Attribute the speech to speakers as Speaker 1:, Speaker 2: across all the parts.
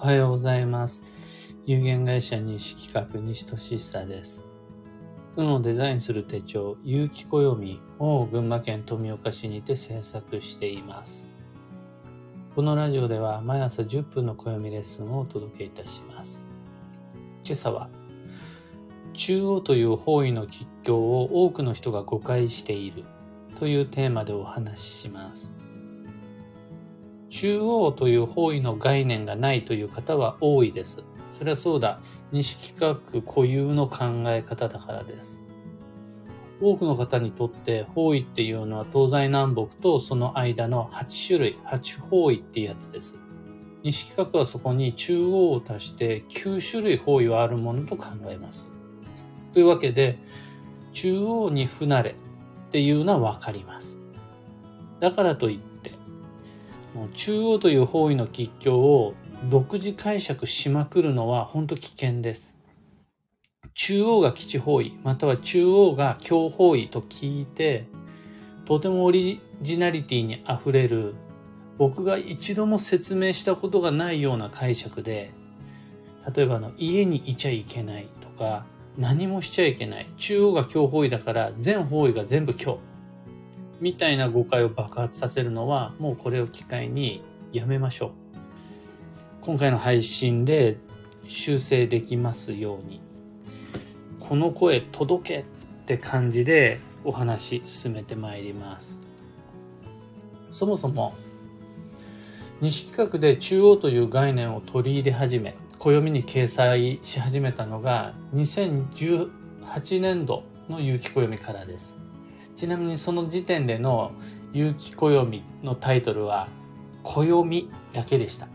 Speaker 1: おはようございます。有限会社西企画西俊久です。運をデザインする手帳、有機暦を群馬県富岡市にて制作しています。このラジオでは毎朝10分の暦レッスンをお届けいたします。今朝は、中央という方位の吉凶を多くの人が誤解しているというテーマでお話しします。中央という方位の概念がないという方は多いです。それはそうだ、西企画固有の考え方だからです。多くの方にとって方位っていうのは東西南北とその間の8種類、8方位っていうやつです。西企画はそこに中央を足して9種類方位はあるものと考えます。というわけで、中央に不慣れっていうのはわかります。だからといって、中央という方位の吉凶を独自解釈しまくるのは本当危険です。中央が吉方位、または中央が凶方位と聞いて、とてもオリジナリティにあふれる、僕が一度も説明したことがないような解釈で、例えば家にいちゃいけないとか、何もしちゃいけない、中央が凶方位だから全方位が全部凶みたいな誤解を爆発させるのは、もうこれを機会にやめましょう。今回の配信で修正できますように、この声届けって感じでお話進めてまいります。そもそも西企画で中央という概念を取り入れ始め、暦に掲載し始めたのが2018年度の有機暦からです。ちなみにその時点での有機暦のタイトルは暦だけでした。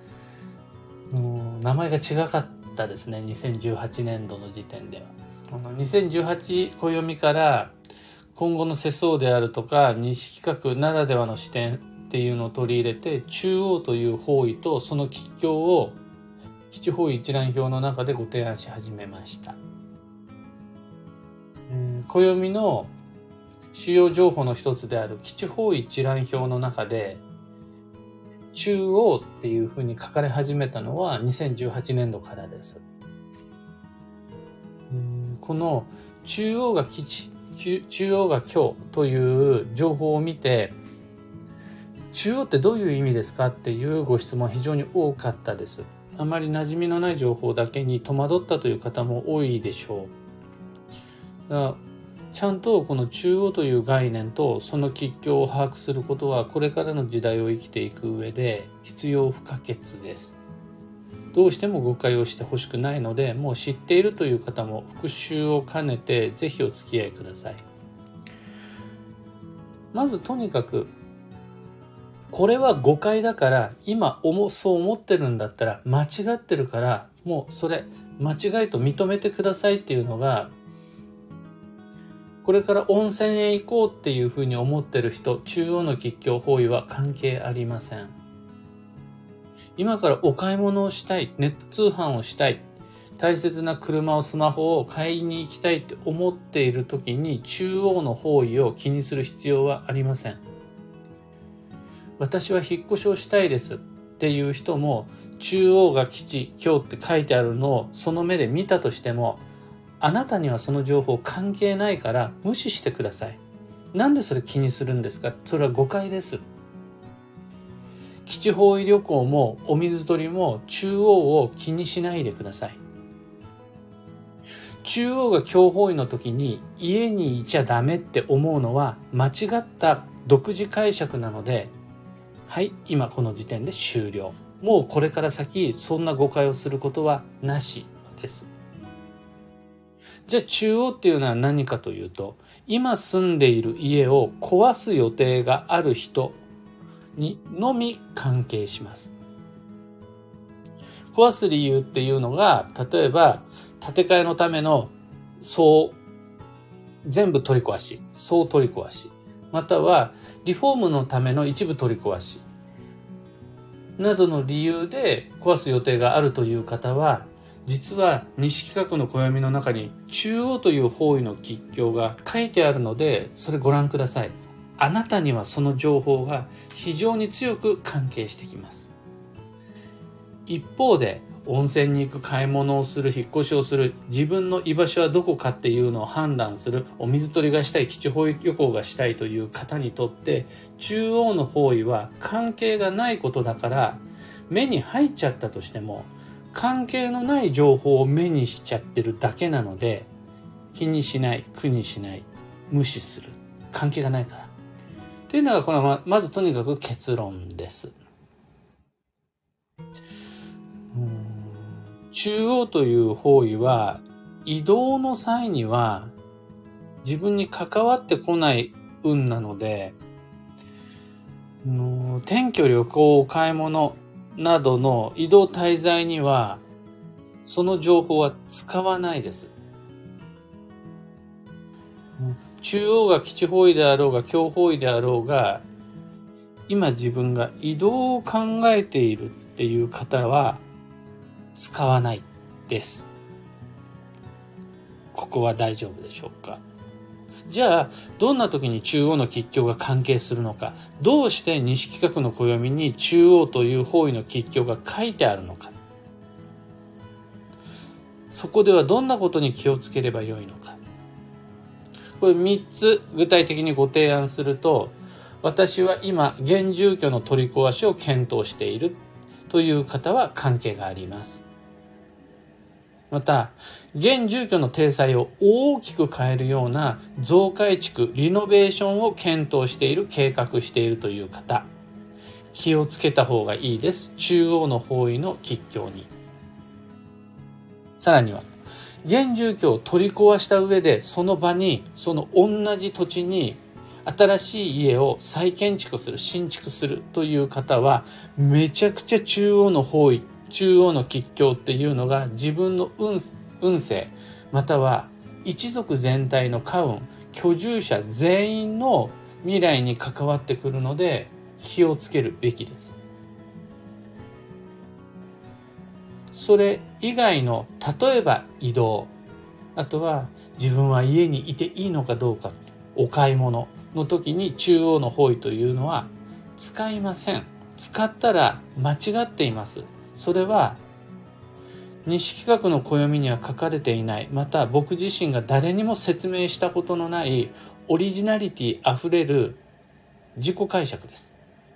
Speaker 1: 名前が違かったですね。2018年度の時点では。2018暦から今後の世相であるとか西企画ならではの視点っていうのを取り入れて、中央という方位とその吉凶を吉方位一覧表の中でご提案し始めました。暦の主要情報の一つである吉方位一覧表の中で、中央っていうふうに書かれ始めたのは2018年度からです。この中央が吉、中央が凶という情報を見て、中央ってどういう意味ですかっていうご質問非常に多かったです。あまり馴染みのない情報だけに戸惑ったという方も多いでしょう。ちゃんとこの中央という概念とその吉凶を把握することは、これからの時代を生きていく上で必要不可欠です。どうしても誤解をしてほしくないので、もう知っているという方も復習を兼ねてぜひお付き合いください。まずとにかく、これは誤解だから、今そう思ってるんだったら間違ってるから、もうそれ間違いと認めてくださいっていうのが、これから温泉へ行こうっていうふうに思ってる人、中央の吉凶方位は関係ありません。今からお買い物をしたい、ネット通販をしたい、大切な車をスマホを買いに行きたいって思っている時に中央の方位を気にする必要はありません。私は引っ越しをしたいですっていう人も、中央が吉、凶って書いてあるのをその目で見たとしても、あなたにはその情報関係ないから無視してください。なんでそれ気にするんですか？それは誤解です。吉方位旅行もお水取りも中央を気にしないでください。中央が凶方位の時に家にいちゃダメって思うのは間違った独自解釈なので、はい、今この時点で終了。もうこれから先そんな誤解をすることはなしです。じゃあ中央っていうのは何かというと、今住んでいる家を壊す予定がある人にのみ関係します。壊す理由っていうのが、例えば建て替えのための全部取り壊し、取り壊し、またはリフォームのための一部取り壊しなどの理由で壊す予定があるという方は、実は西企画の暦の中に中央という方位の吉凶が書いてあるので、それご覧ください。あなたにはその情報が非常に強く関係してきます。 一方で温泉に行く、買い物をする、引っ越しをする、自分の居場所はどこかっていうのを判断する、お水取りがしたい、基地旅行がしたいという方にとって、中央の方位は関係がないことだから、目に入っちゃったとしても、関係のない情報を目にしちゃってるだけなので、気にしない、苦にしない、無視する、関係がないから。というのがこのまずとにかく結論です。中央という方位は移動の際には自分に関わってこない運なので、転居、旅行、お買い物などの移動滞在にはその情報は使わないです。中央が基地方位であろうが強方位であろうが、今自分が移動を考えているっていう方は使わないです。ここは大丈夫でしょうか。じゃあどんな時に中央の吉凶が関係するのか、どうして西企画の暦に中央という方位の吉凶が書いてあるのか、そこではどんなことに気をつければよいのか、これ3つ具体的にご提案すると、私は今現住居の取り壊しを検討しているという方は関係があります。また、現住居の体裁を大きく変えるような増改築、リノベーションを検討している、計画しているという方、気をつけた方がいいです。中央の方位の吉凶に。さらには、現住居を取り壊した上で、その場に、その同じ土地に新しい家を再建築する、新築するという方は、めちゃくちゃ中央の方位、中央の吉凶っていうのが自分の運勢、または一族全体の家運、居住者全員の未来に関わってくるので、気をつけるべきです。それ以外の、例えば移動、あとは自分は家にいていいのかどうか、お買い物の時に中央の方位というのは使いません。使ったら間違っています。それは西企画の暦には書かれていない、また僕自身が誰にも説明したことのないオリジナリティあふれる自己解釈です。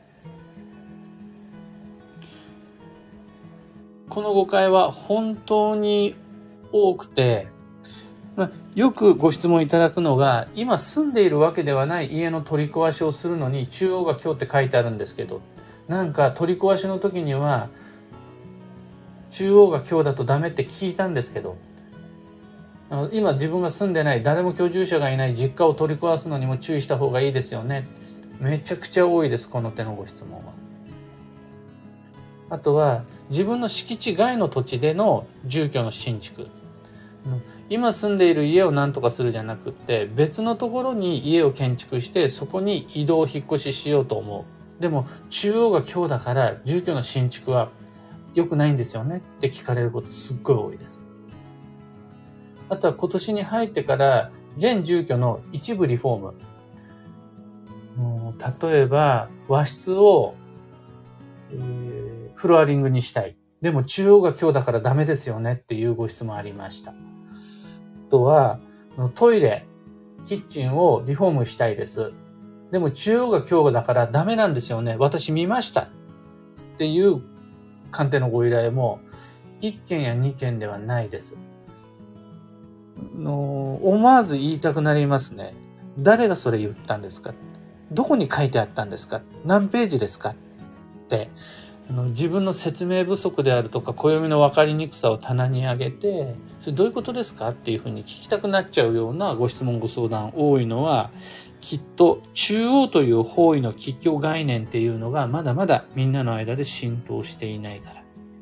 Speaker 1: この誤解は本当に多くて、よくご質問いただくのが、今住んでいるわけではない家の取り壊しをするのに中央が強って書いてあるんですけど、なんか取り壊しの時には中央が強だとダメって聞いたんですけど、今自分が住んでない誰も居住者がいない実家を取り壊すのにも注意した方がいいですよね。めちゃくちゃ多いです、この手のご質問は。あとは自分の敷地外の土地での住居の新築、今住んでいる家を何とかするじゃなくって別のところに家を建築してそこに移動引っ越ししようと思う。でも中央が強だから住居の新築は良くないんですよねって聞かれることすっごい多いです。あとは今年に入ってから現住居の一部リフォーム、例えば和室を、フロアリングにしたい。でも中央が強だからダメですよねっていうご質問ありました。あとはトイレ、キッチンをリフォームしたいです。でも中央が強だからダメなんですよね。私見ましたっていう鑑定のご依頼も1件や2件ではないです。思わず言いたくなりますね。誰がそれ言ったんですか？どこに書いてあったんですか？何ページですか？って自分の説明不足であるとか暦の分かりにくさを棚に上げて、それどういうことですかっていうふうに聞きたくなっちゃうようなご質問ご相談多いのは、きっと中央という方位の吉凶概念っていうのがまだまだみんなの間で浸透していないから。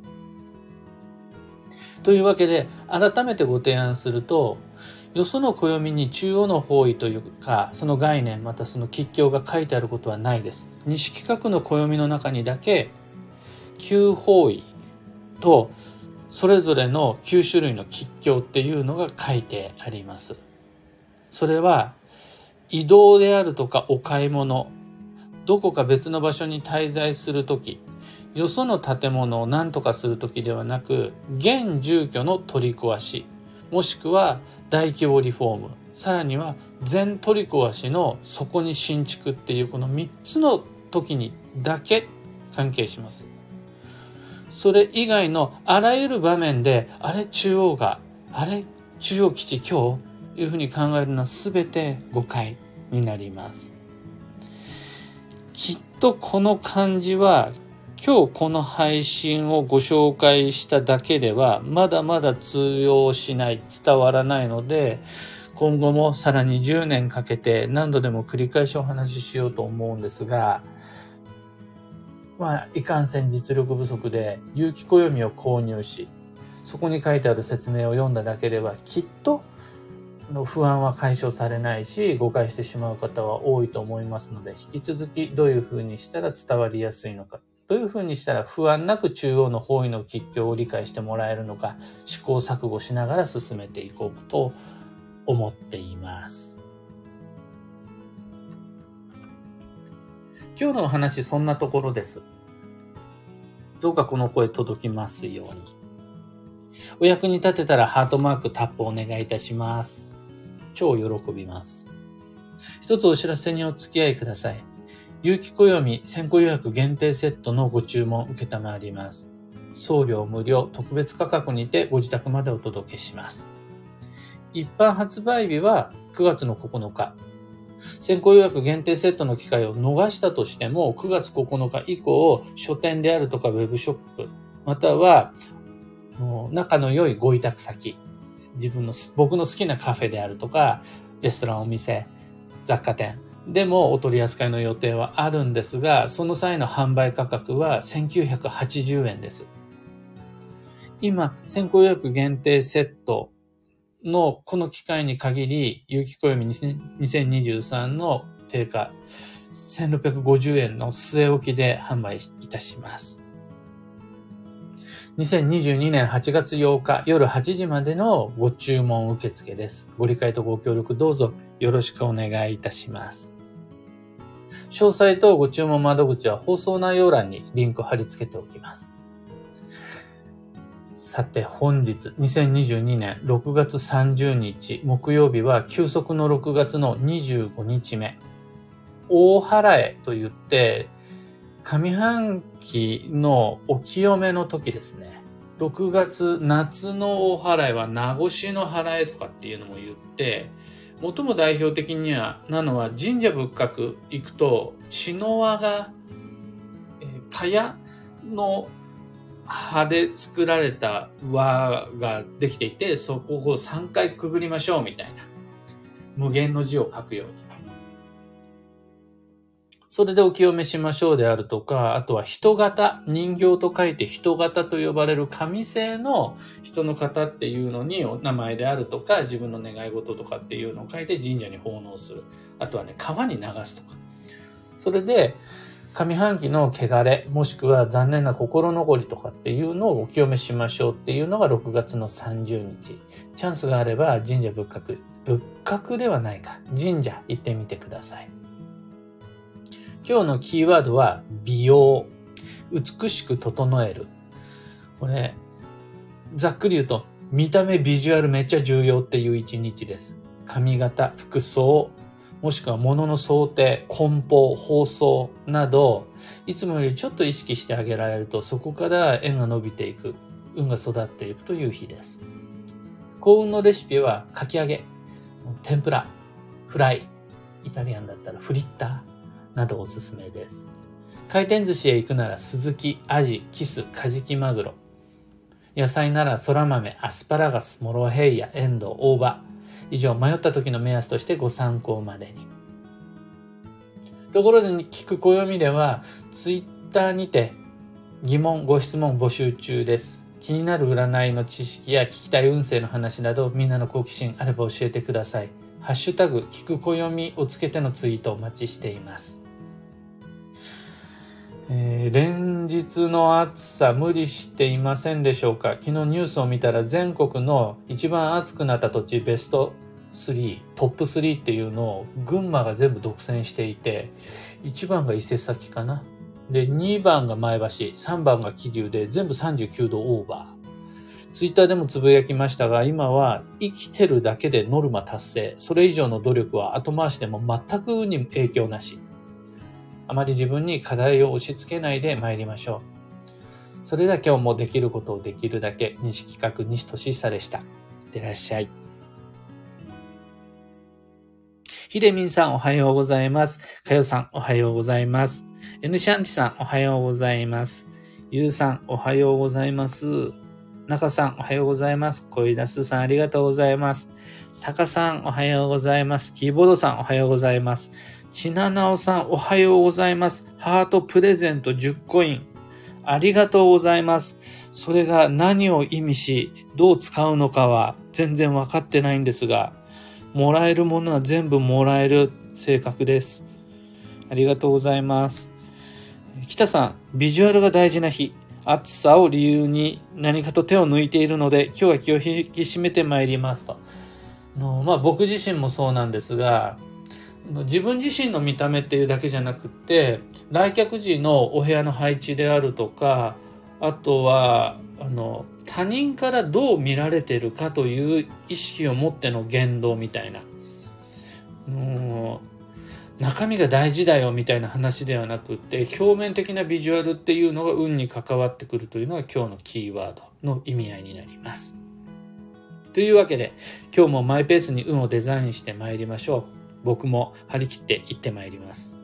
Speaker 1: というわけで改めてご提案すると、よその暦に中央の方位というかその概念またその吉凶が書いてあることはないです。西企画の暦の中にだけ9方位とそれぞれの9種類の吉凶っていうのが書いてあります。それは移動であるとかお買い物、どこか別の場所に滞在するとき、 よその建物を何とかするときではなく、現住居の取り壊し、もしくは大規模リフォーム、さらには全取り壊しの底に新築っていうこの3つの時にだけ関係します。それ以外のあらゆる場面で、中央基地今日いうふうに考えるのは全て誤解になります。きっとこの漢字は今日この配信をご紹介しただけではまだまだ通用しない、伝わらないので、今後もさらに10年かけて何度でも繰り返しお話ししようと思うんですが、いかんせん実力不足で有機暦を購入し、そこに書いてある説明を読んだだけではきっと不安は解消されないし、誤解してしまう方は多いと思いますので、引き続きどういうふうにしたら伝わりやすいのか、どういうふうにしたら不安なく中央の方位の吉凶を理解してもらえるのか、試行錯誤しながら進めていこうと思っています。今日のお話、そんなところです。どうかこの声届きますように。お役に立てたらハートマークタップお願いいたします。超喜びます。一つお知らせにお付き合いください。有機暦先行予約限定セットのご注文受けたまわります。送料無料特別価格にてご自宅までお届けします。一般発売日は9月の9日。先行予約限定セットの機会を逃したとしても、9月9日以降、書店であるとかウェブショップ、または仲の良いご委託先、僕の好きなカフェであるとか、レストラン、お店、雑貨店でもお取り扱いの予定はあるんですが、その際の販売価格は1980円です。今、先行予約限定セットのこの機会に限り、有機暦2023の定価1650円の据え置きで販売いたします。2022年8月8日夜8時までのご注文受付です。ご理解とご協力どうぞよろしくお願いいたします。詳細とご注文窓口は放送内容欄にリンクを貼り付けておきます。さて本日2022年6月30日木曜日は休息の6月の25日目。大祓えと言って上半期のお清めの時ですね。6月夏の大祓えは名越の祓えとかっていうのも言って、最も代表的にはなのは神社仏閣行くと茅の輪が茅の葉で作られた輪ができていて、そこを3回くぐりましょうみたいな無限の字を書くように、それでお清めしましょうであるとか、あとは人型、人形と書いて人型と呼ばれる紙製の人の型っていうのにお名前であるとか、自分の願い事とかっていうのを書いて神社に奉納する。あとはね、川に流すとか。それで上半期の汚れ、もしくは残念な心残りとかっていうのをお清めしましょうっていうのが6月の30日。チャンスがあれば神社仏閣ではないか、神社行ってみてください。今日のキーワードは美容、美しく整える。これ、ざっくり言うと見た目ビジュアルめっちゃ重要っていう一日です。髪型、服装、もしくは物の想定、梱包、包装など、いつもよりちょっと意識してあげられると、そこから縁が伸びていく、運が育っていくという日です。幸運のレシピはかき揚げ、天ぷら、フライ、イタリアンだったらフリッターなどおすすめです。回転寿司へ行くならスズキ、アジ、キス、カジキマグロ。野菜ならそら豆、アスパラガス、モロヘイヤ、エンドウ、大葉。以上、迷った時の目安としてご参考までに。ところで聞く暦では、ツイッターにて疑問、ご質問募集中です。気になる占いの知識や聞きたい運勢の話など、みんなの好奇心あれば教えてください。ハッシュタグ、聞く暦をつけてのツイートお待ちしています。連日の暑さ無理していませんでしょうか。昨日ニュースを見たら全国の一番暑くなった土地ベスト3、トップ3っていうのを群馬が全部独占していて、一番が伊勢崎かな。 で、2番が前橋、3番が桐生で全部39度オーバー。ツイッターでもつぶやきましたが、今は生きてるだけでノルマ達成。それ以上の努力は後回しでも全くに影響なし。あまり自分に課題を押し付けないで参りましょう。それでは今日もできることをできるだけ、西企画西俊久でした。いってらっしゃい。ひでみんさんおはようございます。かよさんおはようございます。N シャンチさんおはようございます。ゆうさんおはようございます。なかさんおはようございます。こいだすさんありがとうございます。たかさんおはようございます。キーボードさんおはようございます。ちななおさんおはようございます。ハートプレゼント10コイン。ありがとうございます。それが何を意味し、どう使うのかは全然わかってないんですが、もらえるものは全部もらえる性格です。ありがとうございます。北さん、ビジュアルが大事な日。暑さを理由に何かと手を抜いているので、今日は気を引き締めてまいりますと。僕自身もそうなんですが、自分自身の見た目っていうだけじゃなくって、来客時のお部屋の配置であるとか、あとは他人からどう見られてるかという意識を持っての言動みたいな、中身が大事だよみたいな話ではなくって、表面的なビジュアルっていうのが運に関わってくるというのが今日のキーワードの意味合いになります。というわけで、今日もマイペースに運をデザインしてまいりましょう。僕も張り切って行ってまいります。